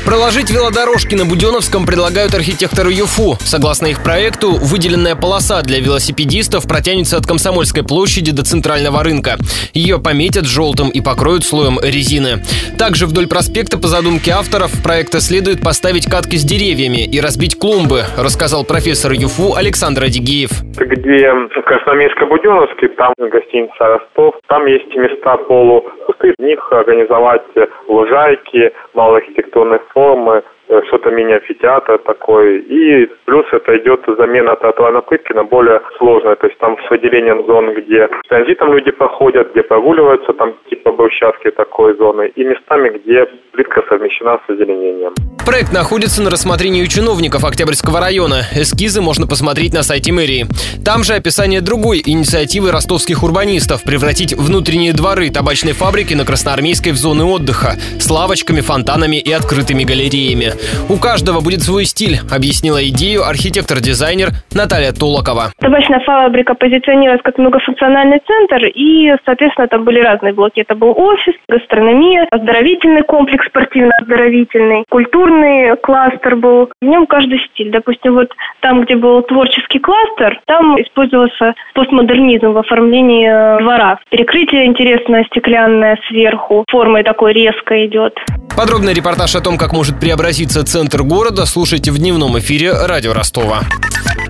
Проложить велодорожки на Буденновском предлагают архитекторы ЮФУ. Согласно их проекту, выделенная полоса для велосипедистов протянется от Комсомольской площади до Центрального рынка. Ее пометят желтым и покроют слоем резины. Также вдоль проспекта, по задумке авторов проекта, следует поставить катки с деревьями и разбить клумбы, рассказал профессор ЮФУ Александр Адигеев. Где Красноармейско-Буденновский, там гостиница «Ростов», там есть места полупустые, в них организовать лужайки, малоархитектурные формы, что-то мини-амфитеатр такой. И плюс это идет замена тротуарной плитки на более сложную. То есть там с выделением зон, где транзитом люди проходят, где прогуливаются, там типа брусчатки такой зоны, и местами, где плитка совмещена с озеленением. Проект находится на рассмотрении у чиновников Октябрьского района. Эскизы можно посмотреть на сайте мэрии. Там же описание другой инициативы ростовских урбанистов – превратить внутренние дворы табачной фабрики на Красноармейской в зоны отдыха с лавочками, фонтанами и открытыми галереями. У каждого будет свой стиль, объяснила идею архитектор-дизайнер Наталья Толокова. Табачная фабрика позиционировалась как многофункциональный центр, и, соответственно, там были разные блоки. Это был офис, гастрономия, оздоровительный комплекс, спортивно-оздоровительный, культурный кластер был. В нем каждый стиль. Допустим, вот там, где был творческий кластер, там использовался постмодернизм в оформлении двора. Перекрытие интересное, стеклянное сверху, формой такой резко идет. Подробный репортаж о том, как может преобразиться центр города, слушайте в дневном эфире радио Ростова.